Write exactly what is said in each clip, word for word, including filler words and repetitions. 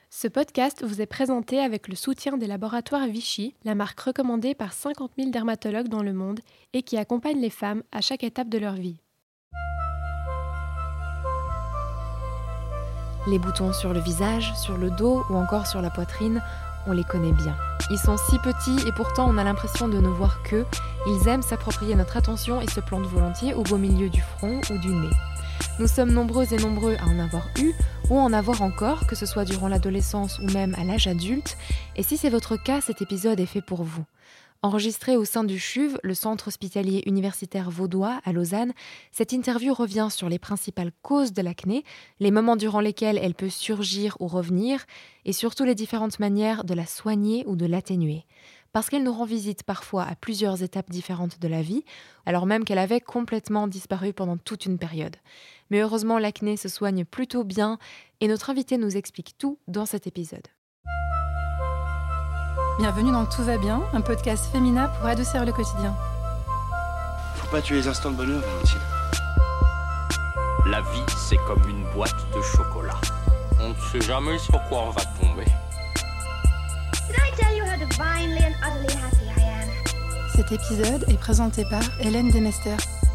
Ce podcast vous est présenté avec le soutien des laboratoires Vichy, la marque recommandée par cinquante mille dermatologues dans le monde et qui accompagne les femmes à chaque étape de leur vie. Les boutons sur le visage, sur le dos ou encore sur la poitrine, on les connaît bien. Ils sont si petits et pourtant on a l'impression de ne voir qu'eux. Ils aiment s'approprier notre attention et se plantent volontiers au beau milieu du front ou du nez. Nous sommes nombreux et nombreux à en avoir eu ou à en avoir encore, que ce soit durant l'adolescence ou même à l'âge adulte. Et si c'est votre cas, cet épisode est fait pour vous. Enregistré au sein du C U V, le Centre hospitalier universitaire vaudois à Lausanne, cette interview revient sur les principales causes de l'acné, les moments durant lesquels elle peut surgir ou revenir, et surtout les différentes manières de la soigner ou de l'atténuer. Parce qu'elle nous rend visite parfois à plusieurs étapes différentes de la vie, alors même qu'elle avait complètement disparu pendant toute une période. Mais heureusement, l'acné se soigne plutôt bien, et notre invitée nous explique tout dans cet épisode. Bienvenue dans Tout va bien, un podcast féminin pour adoucir le quotidien. Faut pas tuer les instants de bonheur, Valentine. La vie, c'est comme une boîte de chocolat. On ne sait jamais sur quoi on va tomber. Did I tell you how divinely and utterly happy I am? Cet épisode est présenté par Hélène Demester.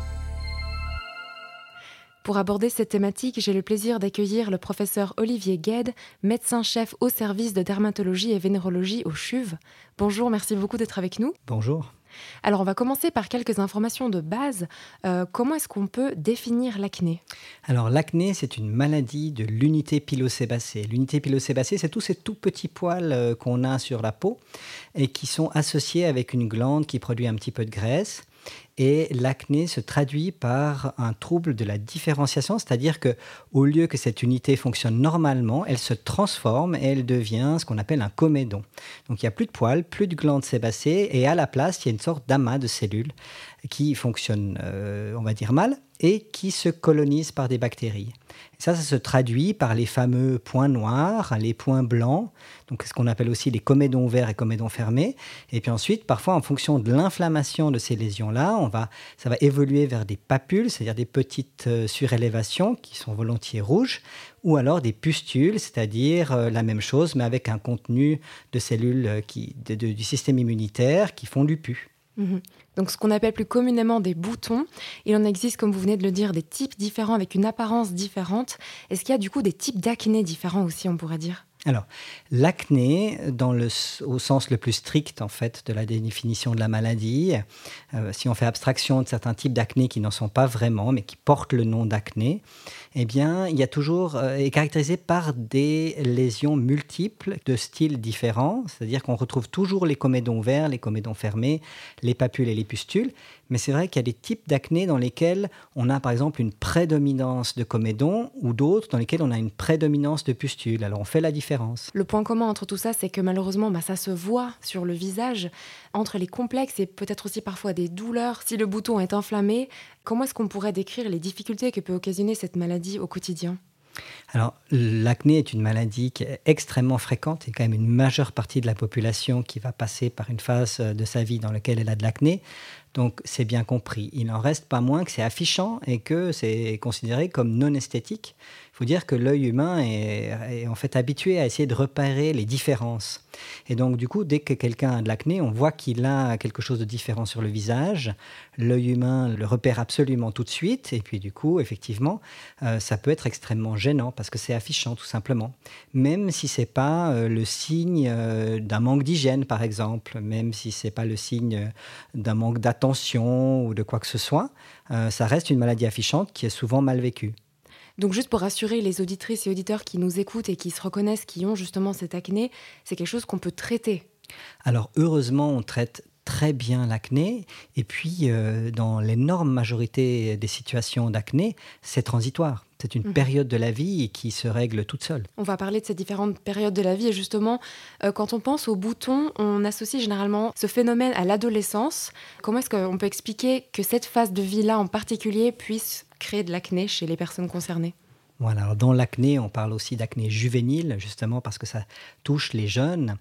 Pour aborder cette thématique, j'ai le plaisir d'accueillir le professeur Olivier Gued, médecin-chef au service de dermatologie et vénérologie au C U V. Bonjour, merci beaucoup d'être avec nous. Bonjour. Alors, on va commencer par quelques informations de base. Euh, comment est-ce qu'on peut définir l'acné ? Alors, l'acné, c'est une maladie de l'unité pilosébacée. L'unité pilosébacée, c'est tous ces tout petits poils euh, qu'on a sur la peau et qui sont associés avec une glande qui produit un petit peu de graisse. Et l'acné se traduit par un trouble de la différenciation, c'est-à-dire qu'au lieu que cette unité fonctionne normalement, elle se transforme et elle devient ce qu'on appelle un comédon. Donc il n'y a plus de poils, plus de glandes sébacées et à la place, il y a une sorte d'amas de cellules qui fonctionnent, euh, on va dire, mal et qui se colonisent par des bactéries. Et ça, ça se traduit par les fameux points noirs, les points blancs, donc ce qu'on appelle aussi les comédons ouverts et comédons fermés. Et puis ensuite, parfois, en fonction de l'inflammation de ces lésions-là, on va, ça va évoluer vers des papules, c'est-à-dire des petites euh, surélévations qui sont volontiers rouges, ou alors des pustules, c'est-à-dire euh, la même chose, mais avec un contenu de cellules euh, qui, de, de, du système immunitaire qui font du pus. Mmh. Donc ce qu'on appelle plus communément des boutons. Il en existe, comme vous venez de le dire, des types différents avec une apparence différente. Est-ce qu'il y a du coup des types d'acné différents aussi, on pourrait dire ? Alors, l'acné, dans le, au sens le plus strict en fait de la définition de la maladie, euh, si on fait abstraction de certains types d'acné qui n'en sont pas vraiment, mais qui portent le nom d'acné, eh bien, il y a toujours, euh, est caractérisé par des lésions multiples de styles différents, c'est-à-dire qu'on retrouve toujours les comédons ouverts, les comédons fermés, les papules et les pustules, mais c'est vrai qu'il y a des types d'acné dans lesquels on a par exemple une prédominance de comédons ou d'autres dans lesquels on a une prédominance de pustules. Alors on fait la différence. Le point commun entre tout ça, c'est que malheureusement, bah, ça se voit sur le visage, entre les complexes et peut-être aussi parfois des douleurs. Si le bouton est inflammé, comment est-ce qu'on pourrait décrire les difficultés que peut occasionner cette maladie au quotidien ? Alors, l'acné est une maladie qui est extrêmement fréquente. Il y a quand même une majeure partie de la population qui va passer par une phase de sa vie dans laquelle elle a de l'acné. Donc, c'est bien compris. Il n'en reste pas moins que c'est affichant et que c'est considéré comme non esthétique. Il faut dire que l'œil humain est, est en fait habitué à essayer de repérer les différences. Et donc, du coup, dès que quelqu'un a de l'acné, on voit qu'il a quelque chose de différent sur le visage. L'œil humain le repère absolument tout de suite. Et puis, du coup, effectivement, euh, ça peut être extrêmement gênant parce que c'est affichant, tout simplement. Même si ce n'est pas euh, le signe euh, d'un manque d'hygiène, par exemple, même si ce n'est pas le signe d'un manque d'attention ou de quoi que ce soit, euh, ça reste une maladie affichante qui est souvent mal vécue. Donc juste pour rassurer les auditrices et auditeurs qui nous écoutent et qui se reconnaissent, qui ont justement cette acné, c'est quelque chose qu'on peut traiter. Alors heureusement, on traite très bien l'acné et puis euh, dans l'énorme majorité des situations d'acné, c'est transitoire. C'est une mmh. période de la vie qui se règle toute seule. On va parler de ces différentes périodes de la vie et justement, euh, quand on pense aux boutons, on associe généralement ce phénomène à l'adolescence. Comment est-ce qu'on peut expliquer que cette phase de vie-là en particulier puisse créer de l'acné chez les personnes concernées ? Voilà, alors dans l'acné, on parle aussi d'acné juvénile, justement parce que ça touche les jeunes.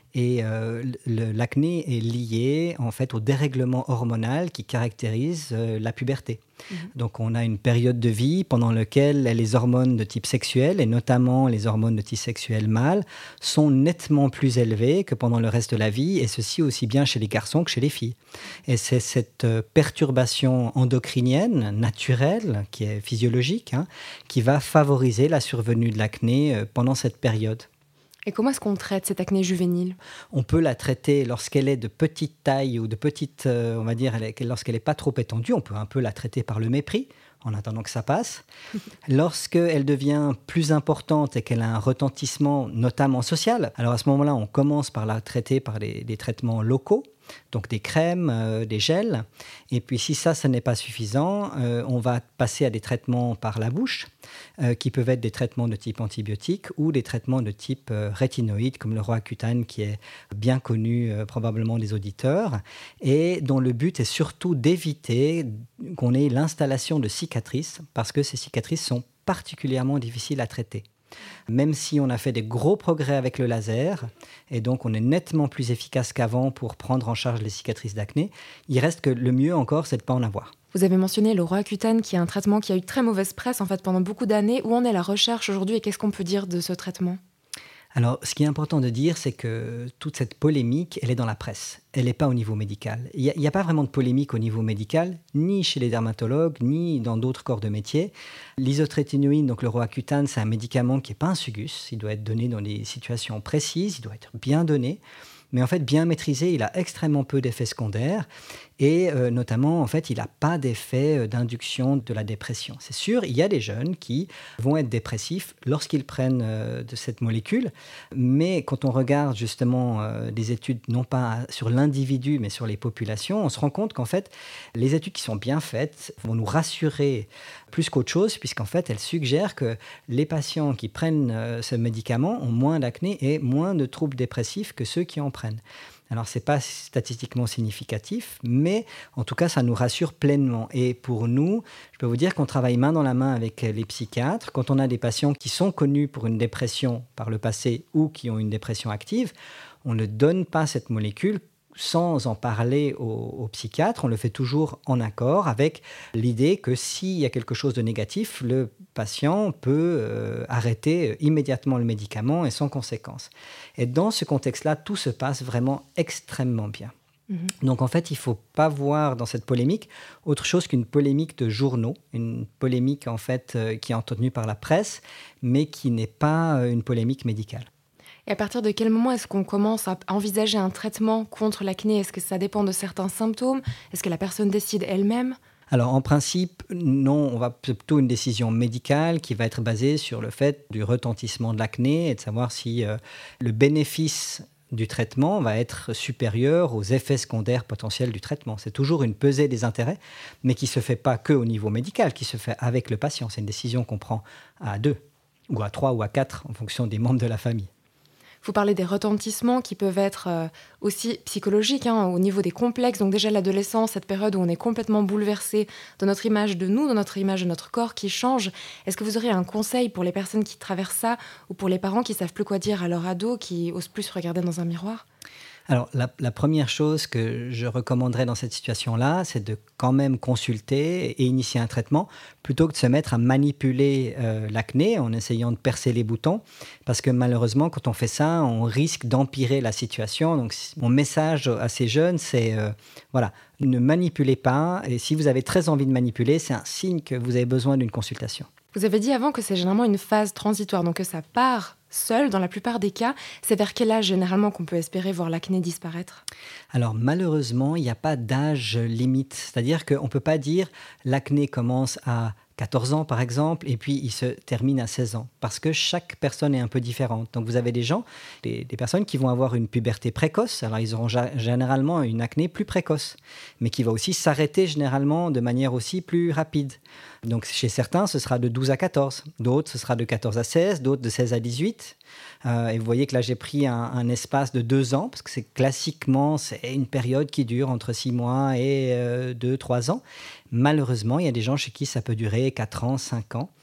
Et euh, le, l'acné est lié en fait au dérèglement hormonal qui caractérise euh, la puberté. Mmh. Donc on a une période de vie pendant laquelle les hormones de type sexuel, et notamment les hormones de type sexuel mâle, sont nettement plus élevées que pendant le reste de la vie, et ceci aussi bien chez les garçons que chez les filles. Et c'est cette euh, perturbation endocrinienne naturelle, qui est physiologique, hein, qui va favoriser la survenue de l'acné euh, pendant cette période. Et comment est-ce qu'on traite cette acné juvénile ? On peut la traiter lorsqu'elle est de petite taille ou de petite, euh, on va dire, elle est, lorsqu'elle n'est pas trop étendue. On peut un peu la traiter par le mépris, en attendant que ça passe. Lorsqu'elle devient plus importante et qu'elle a un retentissement, notamment social, alors à ce moment-là, on commence par la traiter par des, des traitements locaux, donc des crèmes, euh, des gels. Et puis si ça, ce n'est pas suffisant, euh, on va passer à des traitements par la bouche, euh, qui peuvent être des traitements de type antibiotique ou des traitements de type euh, rétinoïde, comme le Roaccutane, qui est bien connu euh, probablement des auditeurs, et dont le but est surtout d'éviter qu'on ait l'installation de cicatrices, parce que ces cicatrices sont particulièrement difficiles à traiter. Même si on a fait des gros progrès avec le laser, et donc on est nettement plus efficace qu'avant pour prendre en charge les cicatrices d'acné, il reste que le mieux encore, c'est de ne pas en avoir. Vous avez mentionné le Roaccutane, qui est un traitement qui a eu très mauvaise presse en fait, pendant beaucoup d'années. Où en est la recherche aujourd'hui et qu'est-ce qu'on peut dire de ce traitement ? Alors, ce qui est important de dire, c'est que toute cette polémique, elle est dans la presse. Elle n'est pas au niveau médical. Il n'y a, a pas vraiment de polémique au niveau médical, ni chez les dermatologues, ni dans d'autres corps de métier. L'isotrétinoïne, donc le Roaccutane, c'est un médicament qui n'est pas un sugus. Il doit être donné dans des situations précises, il doit être bien donné. Mais en fait, bien maîtrisé, il a extrêmement peu d'effets secondaires et euh, notamment, en fait, il n'a pas d'effet d'induction de la dépression. C'est sûr, il y a des jeunes qui vont être dépressifs lorsqu'ils prennent euh, de cette molécule, mais quand on regarde justement euh, des études, non pas sur l'individu, mais sur les populations, on se rend compte qu'en fait, les études qui sont bien faites vont nous rassurer plus qu'autre chose, puisqu'en fait, elles suggèrent que les patients qui prennent euh, ce médicament ont moins d'acné et moins de troubles dépressifs que ceux qui en prennent. Alors, ce n'est pas statistiquement significatif, mais en tout cas, ça nous rassure pleinement. Et pour nous, je peux vous dire qu'on travaille main dans la main avec les psychiatres. Quand on a des patients qui sont connus pour une dépression par le passé ou qui ont une dépression active, on ne donne pas cette molécule sans en parler au, au psychiatre. On le fait toujours en accord avec l'idée que s'il y a quelque chose de négatif, le patient peut euh, arrêter immédiatement le médicament et sans conséquence. Et dans ce contexte-là, tout se passe vraiment extrêmement bien. Mmh. Donc en fait, il ne faut pas voir dans cette polémique autre chose qu'une polémique de journaux, une polémique en fait euh, qui est entretenue par la presse, mais qui n'est pas euh, une polémique médicale. Et à partir de quel moment est-ce qu'on commence à envisager un traitement contre l'acné ? Est-ce que ça dépend de certains symptômes ? Est-ce que la personne décide elle-même ? Alors en principe, non, on va plutôt une décision médicale qui va être basée sur le fait du retentissement de l'acné et de savoir si euh, le bénéfice du traitement va être supérieur aux effets secondaires potentiels du traitement. C'est toujours une pesée des intérêts, mais qui ne se fait pas qu'au niveau médical, qui se fait avec le patient. C'est une décision qu'on prend à deux, ou à trois, ou à quatre, en fonction des membres de la famille. Vous parlez des retentissements qui peuvent être euh, aussi psychologiques, hein, au niveau des complexes. Donc déjà l'adolescence, cette période où on est complètement bouleversé dans notre image de nous, dans notre image de notre corps qui change. Est-ce que vous auriez un conseil pour les personnes qui traversent ça ou pour les parents qui ne savent plus quoi dire à leur ado, qui n'osent plus se regarder dans un miroir ? Alors, la, la première chose que je recommanderais dans cette situation-là, c'est de quand même consulter et initier un traitement plutôt que de se mettre à manipuler euh, l'acné en essayant de percer les boutons. Parce que malheureusement, quand on fait ça, on risque d'empirer la situation. Donc, mon message à ces jeunes, c'est euh, voilà, ne manipulez pas. Et si vous avez très envie de manipuler, c'est un signe que vous avez besoin d'une consultation. Vous avez dit avant que c'est généralement une phase transitoire, donc que ça part seul dans la plupart des cas. C'est vers quel âge généralement qu'on peut espérer voir l'acné disparaître ? Alors malheureusement, il n'y a pas d'âge limite. C'est-à-dire qu'on ne peut pas dire l'acné commence à quatorze ans par exemple, et puis il se termine à seize ans, parce que chaque personne est un peu différente. Donc vous avez des gens, des, des personnes qui vont avoir une puberté précoce, alors ils auront ja- généralement une acné plus précoce, mais qui va aussi s'arrêter généralement de manière aussi plus rapide. Donc chez certains, ce sera de douze à quatorze, d'autres, ce sera de quatorze à seize, d'autres de seize à dix-huit. Euh, et vous voyez que là, j'ai pris un, un espace de deux ans, parce que c'est classiquement, c'est une période qui dure entre six mois et euh, deux, trois ans. Malheureusement, il y a des gens chez qui ça peut durer quatre ans, cinq ans.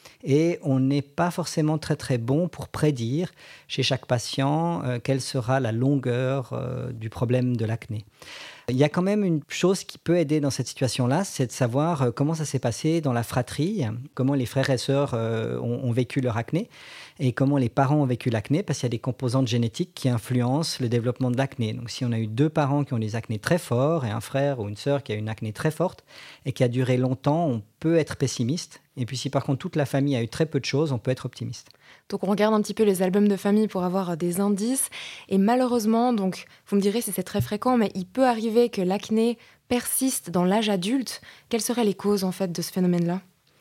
Et on n'est pas forcément très très bon pour prédire chez chaque patient euh, quelle sera la longueur euh, du problème de l'acné. Il y a quand même une chose qui peut aider dans cette situation-là, c'est de savoir euh, comment ça s'est passé dans la fratrie, comment les frères et sœurs euh, ont, ont vécu leur acné et comment les parents ont vécu l'acné, parce qu'il y a des composantes génétiques qui influencent le développement de l'acné. Donc si on a eu deux parents qui ont des acnés très forts et un frère ou une sœur qui a une acné très forte et qui a duré longtemps, on peut être pessimiste. Et puis si par contre toute la famille a eu très peu de choses, on peut être optimiste. Donc on regarde un petit peu les albums de famille pour avoir des indices. Et malheureusement, donc vous me direz si c'est très fréquent, mais il peut arriver que l'acné persiste dans l'âge adulte. Quelles seraient les causes en fait de ce phénomène-là ?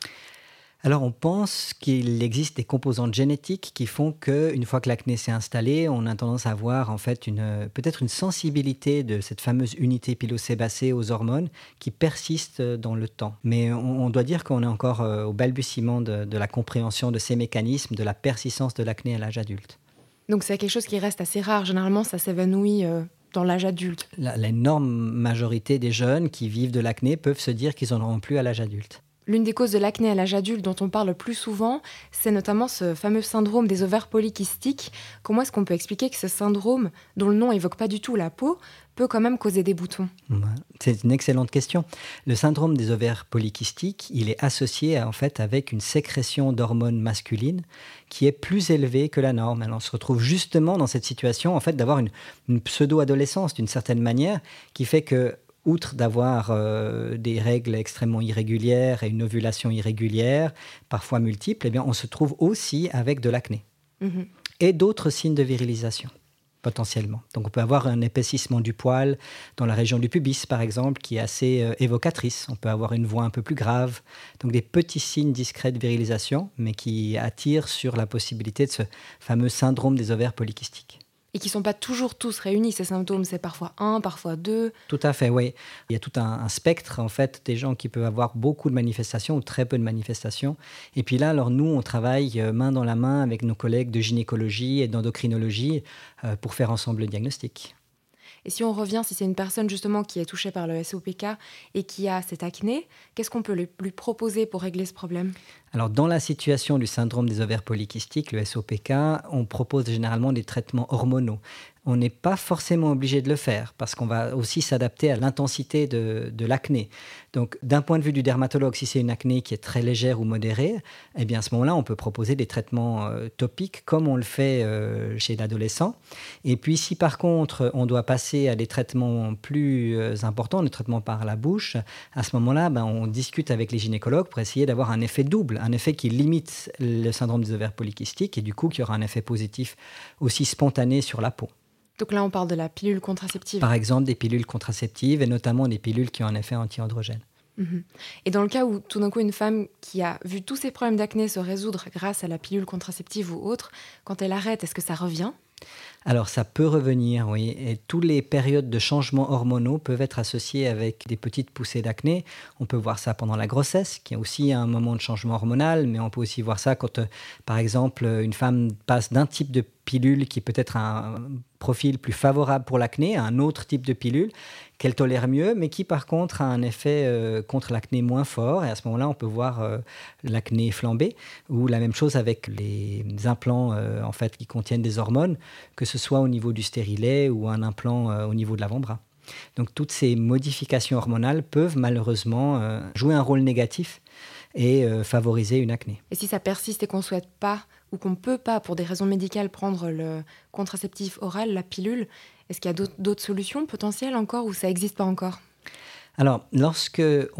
Alors on pense qu'il existe des composantes génétiques qui font qu'une fois que l'acné s'est installé, on a tendance à avoir en fait une, peut-être une sensibilité de cette fameuse unité pilosébacée aux hormones qui persiste dans le temps. Mais on, on doit dire qu'on est encore euh, au balbutiement de, de la compréhension de ces mécanismes, de la persistance de l'acné à l'âge adulte. Donc c'est quelque chose qui reste assez rare. Généralement, ça s'évanouit euh, dans l'âge adulte. La, l'énorme majorité des jeunes qui vivent de l'acné peuvent se dire qu'ils n'en auront plus à l'âge adulte. L'une des causes de l'acné à l'âge adulte dont on parle le plus souvent, c'est notamment ce fameux syndrome des ovaires polykystiques. Comment est-ce qu'on peut expliquer que ce syndrome, dont le nom évoque pas du tout la peau, peut quand même causer des boutons ? C'est une excellente question. Le syndrome des ovaires polykystiques, il est associé à, en fait avec une sécrétion d'hormones masculines qui est plus élevée que la norme. Alors on se retrouve justement dans cette situation en fait, d'avoir une, une pseudo-adolescence d'une certaine manière qui fait que outre d'avoir euh, des règles extrêmement irrégulières et une ovulation irrégulière, parfois multiple, eh bien, on se trouve aussi avec de l'acné. Mmh. Et d'autres signes de virilisation, potentiellement. Donc on peut avoir un épaississement du poil dans la région du pubis, par exemple, qui est assez euh, évocatrice. On peut avoir une voix un peu plus grave. Donc des petits signes discrets de virilisation, mais qui attirent sur la possibilité de ce fameux syndrome des ovaires polykystiques. Et qui ne sont pas toujours tous réunis, ces symptômes. C'est parfois un, parfois deux. Tout à fait, oui. Il y a tout un, un spectre, en fait, des gens qui peuvent avoir beaucoup de manifestations ou très peu de manifestations. Et puis là, alors nous, on travaille main dans la main avec nos collègues de gynécologie et d'endocrinologie euh, pour faire ensemble le diagnostic. Et si on revient, si c'est une personne justement qui est touchée par le S O P K et qui a cette acné, qu'est-ce qu'on peut lui, lui proposer pour régler ce problème ? Alors, dans la situation du syndrome des ovaires polykystiques, le S O P K, on propose généralement des traitements hormonaux. On n'est pas forcément obligé de le faire parce qu'on va aussi s'adapter à l'intensité de, de l'acné. Donc, d'un point de vue du dermatologue, si c'est une acné qui est très légère ou modérée, eh bien, à ce moment-là, on peut proposer des traitements euh, topiques comme on le fait euh, chez l'adolescent. Et puis, si par contre, on doit passer à des traitements plus euh, importants, des traitements par la bouche, à ce moment-là, ben, on discute avec les gynécologues pour essayer d'avoir un effet double, un effet qui limite le syndrome des ovaires polykystiques et du coup, qui aura un effet positif aussi spontané sur la peau. Donc là, on parle de la pilule contraceptive. Par exemple, des pilules contraceptives et notamment des pilules qui ont un effet anti-androgène. Mmh. Et dans le cas où tout d'un coup, une femme qui a vu tous ses problèmes d'acné se résoudre grâce à la pilule contraceptive ou autre, quand elle arrête, est-ce que ça revient ? Alors, ça peut revenir, oui. Et toutes les périodes de changements hormonaux peuvent être associées avec des petites poussées d'acné. On peut voir ça pendant la grossesse, qui est aussi un moment de changement hormonal, mais on peut aussi voir ça quand, euh, par exemple, une femme passe d'un type de pilule qui peut être un profil plus favorable pour l'acné à un autre type de pilule qu'elle tolère mieux, mais qui, par contre, a un effet euh, contre l'acné moins fort. Et à ce moment-là, on peut voir euh, l'acné flamber, ou la même chose avec les implants euh, en fait, qui contiennent des hormones, que ce soit au niveau du stérilet ou un implant euh, au niveau de l'avant-bras. Donc toutes ces modifications hormonales peuvent malheureusement euh, jouer un rôle négatif et euh, favoriser une acné. Et si ça persiste et qu'on ne souhaite pas ou qu'on ne peut pas, pour des raisons médicales, prendre le contraceptif oral, la pilule, est-ce qu'il y a d'autres, d'autres solutions potentielles encore ou ça n'existe pas encore ? Alors, lorsque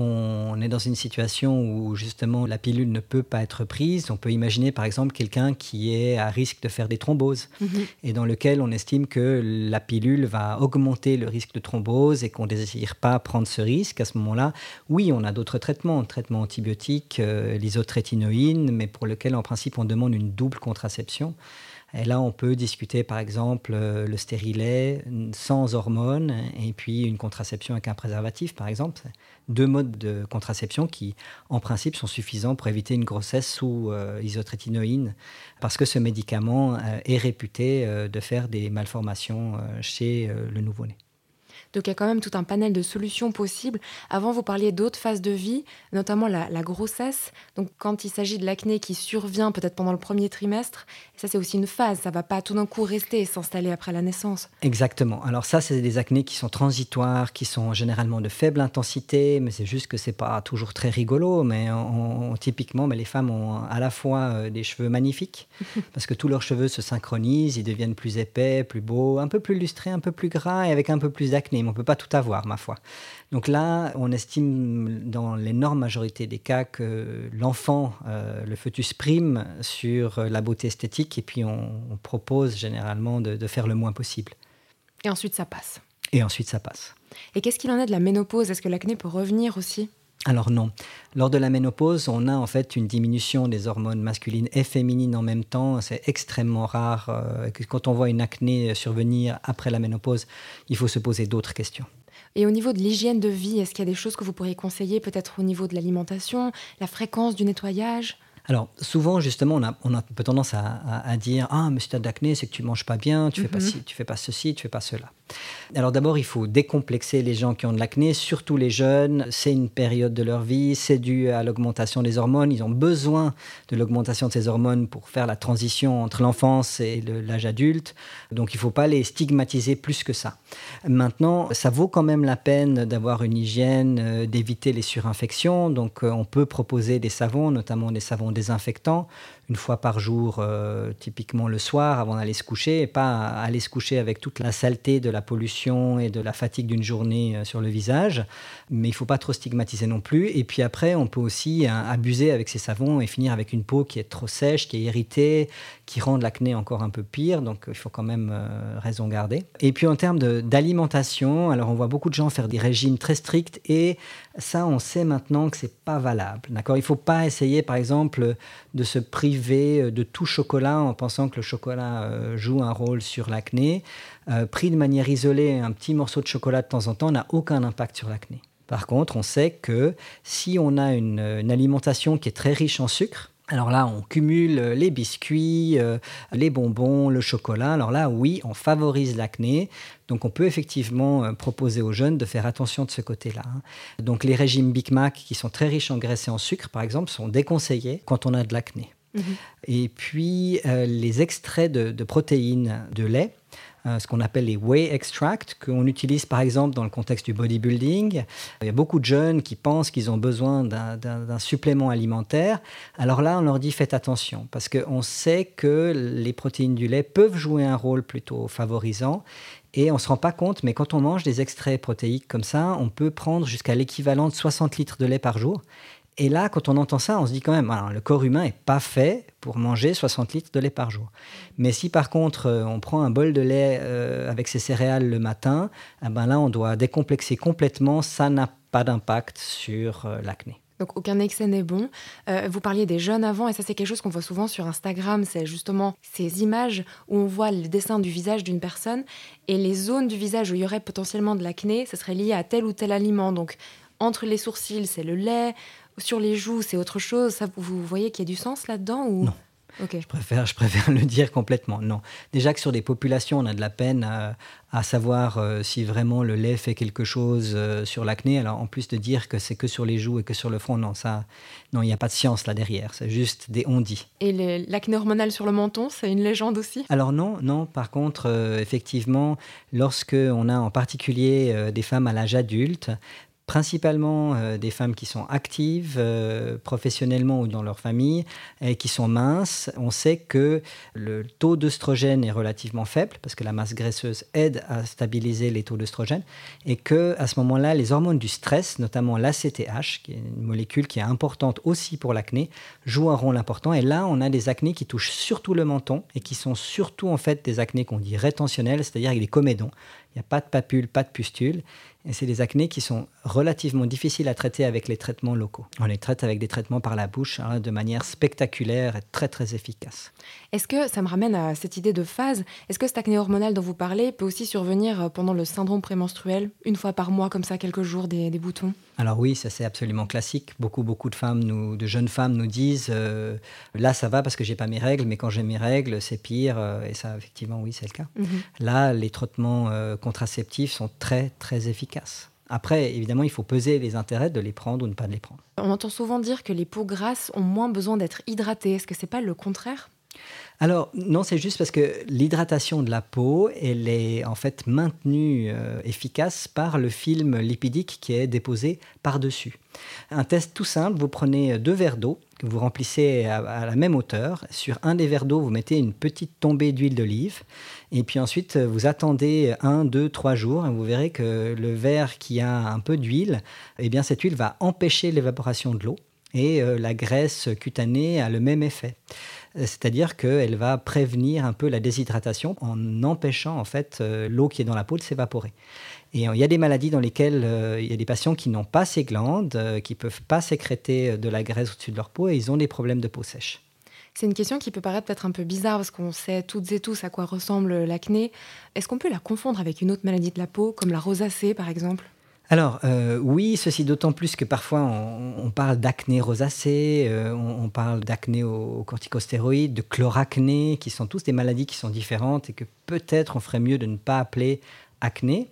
on est dans une situation où justement la pilule ne peut pas être prise, on peut imaginer par exemple quelqu'un qui est à risque de faire des thromboses mmh. et dans lequel on estime que la pilule va augmenter le risque de thrombose et qu'on ne désire pas prendre ce risque. À ce moment-là, oui, on a d'autres traitements, traitements antibiotiques, euh, l'isotrétinoïne, mais pour lequel en principe on demande une double contraception. Et là, on peut discuter, par exemple, euh, le stérilet sans hormones et puis une contraception avec un préservatif, par exemple. Deux modes de contraception qui, en principe, sont suffisants pour éviter une grossesse sous euh, isotrétinoïne parce que ce médicament euh, est réputé euh, de faire des malformations euh, chez euh, le nouveau-né. Donc il y a quand même tout un panel de solutions possibles. Avant, vous parliez d'autres phases de vie, notamment la, la grossesse. Donc quand il s'agit de l'acné qui survient peut-être pendant le premier trimestre, ça c'est aussi une phase, ça ne va pas tout d'un coup rester et s'installer après la naissance. Exactement. Alors ça, c'est des acnés qui sont transitoires, qui sont généralement de faible intensité, mais c'est juste que c'est pas toujours très rigolo. Mais on, on, typiquement, mais les femmes ont à la fois euh, des cheveux magnifiques, parce que tous leurs cheveux se synchronisent, ils deviennent plus épais, plus beaux, un peu plus lustrés, un peu plus gras et avec un peu plus d'acné. Mais on ne peut pas tout avoir, ma foi. Donc là, on estime dans l'énorme majorité des cas que l'enfant, euh, le fœtus prime sur la beauté esthétique et puis on, on propose généralement de, de faire le moins possible. Et ensuite, ça passe. Et ensuite, ça passe. Et qu'est-ce qu'il en est de la ménopause ? Est-ce que l'acné peut revenir aussi ? Alors non. Lors de la ménopause, on a en fait une diminution des hormones masculines et féminines en même temps. C'est extrêmement rare. Euh, que quand on voit une acné survenir après la ménopause, il faut se poser d'autres questions. Et au niveau de l'hygiène de vie, est-ce qu'il y a des choses que vous pourriez conseiller, peut-être au niveau de l'alimentation, la fréquence du nettoyage ? Alors, souvent, justement, on a, on a un peu tendance à, à, à dire « Ah, mais si tu as de l'acné, c'est que tu ne manges pas bien, tu ne mm-hmm. fais pas ci, tu fais pas ceci, tu ne fais pas cela. » Alors d'abord, il faut décomplexer les gens qui ont de l'acné, surtout les jeunes. C'est une période de leur vie, c'est dû à l'augmentation des hormones. Ils ont besoin de l'augmentation de ces hormones pour faire la transition entre l'enfance et le, l'âge adulte. Donc il ne faut pas les stigmatiser plus que ça. Maintenant, ça vaut quand même la peine d'avoir une hygiène, euh, d'éviter les surinfections. Donc euh, on peut proposer des savons, notamment des savons désinfectants, une fois par jour, euh, typiquement le soir, avant d'aller se coucher, et pas aller se coucher avec toute la saleté de la pollution et de la fatigue d'une journée euh, sur le visage. Mais il ne faut pas trop stigmatiser non plus. Et puis après, on peut aussi hein, abuser avec ces savons et finir avec une peau qui est trop sèche, qui est irritée, qui rend l'acné encore un peu pire. Donc il faut quand même euh, raison garder. Et puis en termes de, d'alimentation, alors on voit beaucoup de gens faire des régimes très stricts et ça, on sait maintenant que ce n'est pas valable. D'accord ? Il ne faut pas essayer, par exemple, de se priver de tout chocolat en pensant que le chocolat euh, joue un rôle sur l'acné. Euh, pris de manière isolée, un petit morceau de chocolat de temps en temps n'a aucun impact sur l'acné. Par contre, on sait que si on a une, une alimentation qui est très riche en sucre, alors là, on cumule les biscuits, euh, les bonbons, le chocolat. Alors là, oui, on favorise l'acné. Donc, on peut effectivement euh, proposer aux jeunes de faire attention de ce côté-là. Hein. Donc, les régimes Big Mac, qui sont très riches en graisse et en sucre, par exemple, sont déconseillés quand on a de l'acné. Mmh. Et puis, euh, les extraits de, de protéines de lait, euh, ce qu'on appelle les whey extracts, qu'on utilise par exemple dans le contexte du bodybuilding. Il y a beaucoup de jeunes qui pensent qu'ils ont besoin d'un, d'un, d'un supplément alimentaire. Alors là, on leur dit faites attention, parce qu'on sait que les protéines du lait peuvent jouer un rôle plutôt favorisant. Et on ne se rend pas compte, mais quand on mange des extraits protéiques comme ça, on peut prendre jusqu'à l'équivalent de soixante litres de lait par jour. Et là, quand on entend ça, on se dit quand même, alors, le corps humain n'est pas fait pour manger soixante litres de lait par jour. Mais si par contre, euh, on prend un bol de lait euh, avec ses céréales le matin, eh ben là, on doit décomplexer complètement. Ça n'a pas d'impact sur euh, l'acné. Donc aucun excès n'est bon. Euh, vous parliez des jeunes avant, et ça c'est quelque chose qu'on voit souvent sur Instagram, c'est justement ces images où on voit le dessin du visage d'une personne, et les zones du visage où il y aurait potentiellement de l'acné, ça serait lié à tel ou tel aliment. Donc entre les sourcils, c'est le lait, sur les joues, c'est autre chose. Ça, vous voyez qu'il y a du sens là-dedans ou... Non. Okay. Je préfère, je préfère le dire complètement. Non. Déjà que sur des populations, on a de la peine à, à savoir euh, si vraiment le lait fait quelque chose euh, sur l'acné. Alors, en plus de dire que c'est que sur les joues et que sur le front, non, ça, non, il n'y a pas de science là derrière. C'est juste des on-dit. Et le, l'acné hormonal sur le menton, c'est une légende aussi ? Alors non, non. Par contre, euh, effectivement, lorsque on a en particulier euh, des femmes à l'âge adulte, principalement euh, des femmes qui sont actives euh, professionnellement ou dans leur famille et qui sont minces. On sait que le taux d'œstrogène est relativement faible parce que la masse graisseuse aide à stabiliser les taux d'œstrogène et qu'à ce moment-là, les hormones du stress, notamment l'A C T H, qui est une molécule qui est importante aussi pour l'acné, jouent un rôle important. Et là, on a des acnés qui touchent surtout le menton et qui sont surtout en fait des acnés qu'on dit rétentionnels, c'est-à-dire avec des comédons. Il n'y a pas de papules, pas de pustules. Et c'est des acnés qui sont relativement difficiles à traiter avec les traitements locaux. On les traite avec des traitements par la bouche hein, de manière spectaculaire et très, très efficace. Est-ce que, ça me ramène à cette idée de phase, est-ce que cette acné hormonale dont vous parlez peut aussi survenir pendant le syndrome prémenstruel, une fois par mois, comme ça, quelques jours, des, des boutons ? Alors oui, ça c'est absolument classique. Beaucoup, beaucoup de femmes, nous, de jeunes femmes nous disent euh, là ça va parce que j'ai pas mes règles, mais quand j'ai mes règles c'est pire. Euh, et ça, effectivement, oui, c'est le cas. Mhm. Là, les traitements euh, contraceptifs sont très, très efficaces. Après, évidemment, il faut peser les intérêts de les prendre ou ne pas de les prendre. On entend souvent dire que les peaux grasses ont moins besoin d'être hydratées. Est-ce que c'est pas le contraire ? Alors, non, c'est juste parce que l'hydratation de la peau, elle est en fait maintenue euh, efficace par le film lipidique qui est déposé par-dessus. Un test tout simple, vous prenez deux verres d'eau, que vous remplissez à, à la même hauteur. Sur un des verres d'eau, vous mettez une petite tombée d'huile d'olive. Et puis ensuite, vous attendez un, deux, trois jours. Et vous verrez que le verre qui a un peu d'huile, eh bien, cette huile va empêcher l'évaporation de l'eau. Et euh, la graisse cutanée a le même effet. C'est-à-dire qu'elle va prévenir un peu la déshydratation en empêchant en fait euh, l'eau qui est dans la peau de s'évaporer. Et euh, il y a des maladies dans lesquelles euh, il y a des patients qui n'ont pas ces glandes, euh, qui ne peuvent pas sécréter de la graisse au-dessus de leur peau et ils ont des problèmes de peau sèche. C'est une question qui peut paraître peut-être un peu bizarre parce qu'on sait toutes et tous à quoi ressemble l'acné. Est-ce qu'on peut la confondre avec une autre maladie de la peau, comme la rosacée par exemple ? Alors, euh, oui, ceci d'autant plus que parfois on, on parle d'acné rosacée, euh, on, on parle d'acné aux corticostéroïdes, de chloracné, qui sont tous des maladies qui sont différentes et que peut-être on ferait mieux de ne pas appeler acné.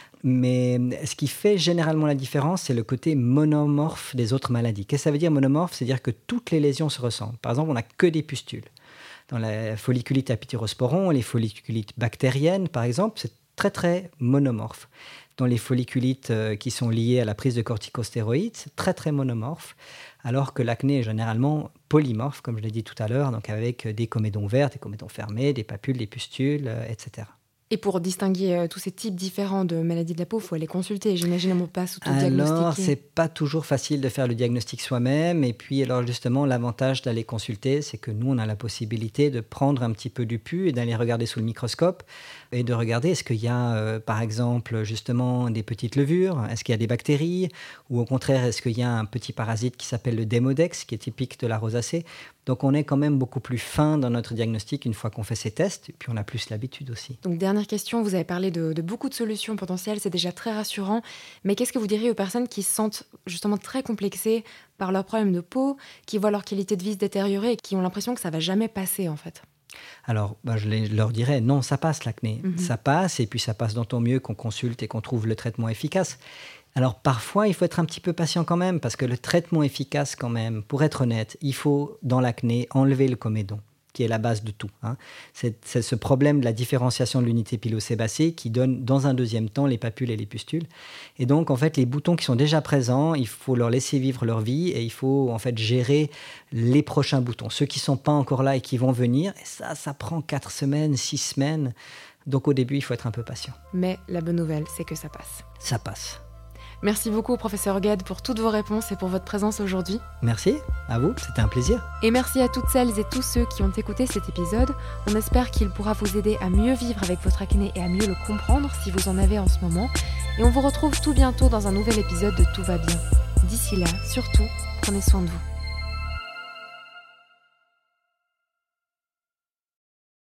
Mais ce qui fait généralement la différence, c'est le côté monomorphe des autres maladies. Qu'est-ce que ça veut dire monomorphe ? C'est-à-dire que toutes les lésions se ressemblent. Par exemple, on n'a que des pustules. Dans la folliculite à pityrosporon, les folliculites bactériennes, par exemple, c'est très très monomorphe. Dans les folliculites euh, qui sont liées à la prise de corticostéroïdes, c'est très très monomorphe, alors que l'acné est généralement polymorphe, comme je l'ai dit tout à l'heure, donc avec des comédons verts, des comédons fermés, des papules, des pustules, euh, et cetera. Et pour distinguer euh, tous ces types différents de maladies de la peau, il faut aller consulter. J'imagine on ne peut pas s'auto-diagnostiquer. Alors, c'est pas toujours facile de faire le diagnostic soi-même. Et puis, alors justement, l'avantage d'aller consulter, c'est que nous, on a la possibilité de prendre un petit peu du pu et d'aller regarder sous le microscope et de regarder est-ce qu'il y a, euh, par exemple, justement, des petites levures, est-ce qu'il y a des bactéries, ou au contraire, est-ce qu'il y a un petit parasite qui s'appelle le Demodex, qui est typique de la rosacée. Donc, on est quand même beaucoup plus fin dans notre diagnostic une fois qu'on fait ces tests, et puis on a plus l'habitude aussi. Donc, dernière question, vous avez parlé de, de beaucoup de solutions potentielles, c'est déjà très rassurant, mais qu'est-ce que vous diriez aux personnes qui se sentent justement très complexées par leurs problèmes de peau, qui voient leur qualité de vie se détériorer et qui ont l'impression que ça ne va jamais passer en fait ? Alors, bah, je, les, je leur dirais, non, ça passe l'acné. Mm-hmm. Ça passe, et puis ça passe d'autant mieux qu'on consulte et qu'on trouve le traitement efficace. Alors, parfois, il faut être un petit peu patient quand même, parce que le traitement efficace quand même, pour être honnête, il faut, dans l'acné, enlever le comédon, qui est la base de tout. Hein. C'est, c'est ce problème de la différenciation de l'unité pilosébacée qui donne, dans un deuxième temps, les papules et les pustules. Et donc, en fait, les boutons qui sont déjà présents, il faut leur laisser vivre leur vie et il faut, en fait, gérer les prochains boutons. Ceux qui ne sont pas encore là et qui vont venir, et ça, ça prend quatre semaines, six semaines. Donc, au début, il faut être un peu patient. Mais la bonne nouvelle, c'est que ça passe. Ça passe. Merci beaucoup, professeur Gued, pour toutes vos réponses et pour votre présence aujourd'hui. Merci, à vous, c'était un plaisir. Et merci à toutes celles et tous ceux qui ont écouté cet épisode. On espère qu'il pourra vous aider à mieux vivre avec votre acné et à mieux le comprendre si vous en avez en ce moment. Et on vous retrouve tout bientôt dans un nouvel épisode de Tout va bien. D'ici là, surtout, prenez soin de vous.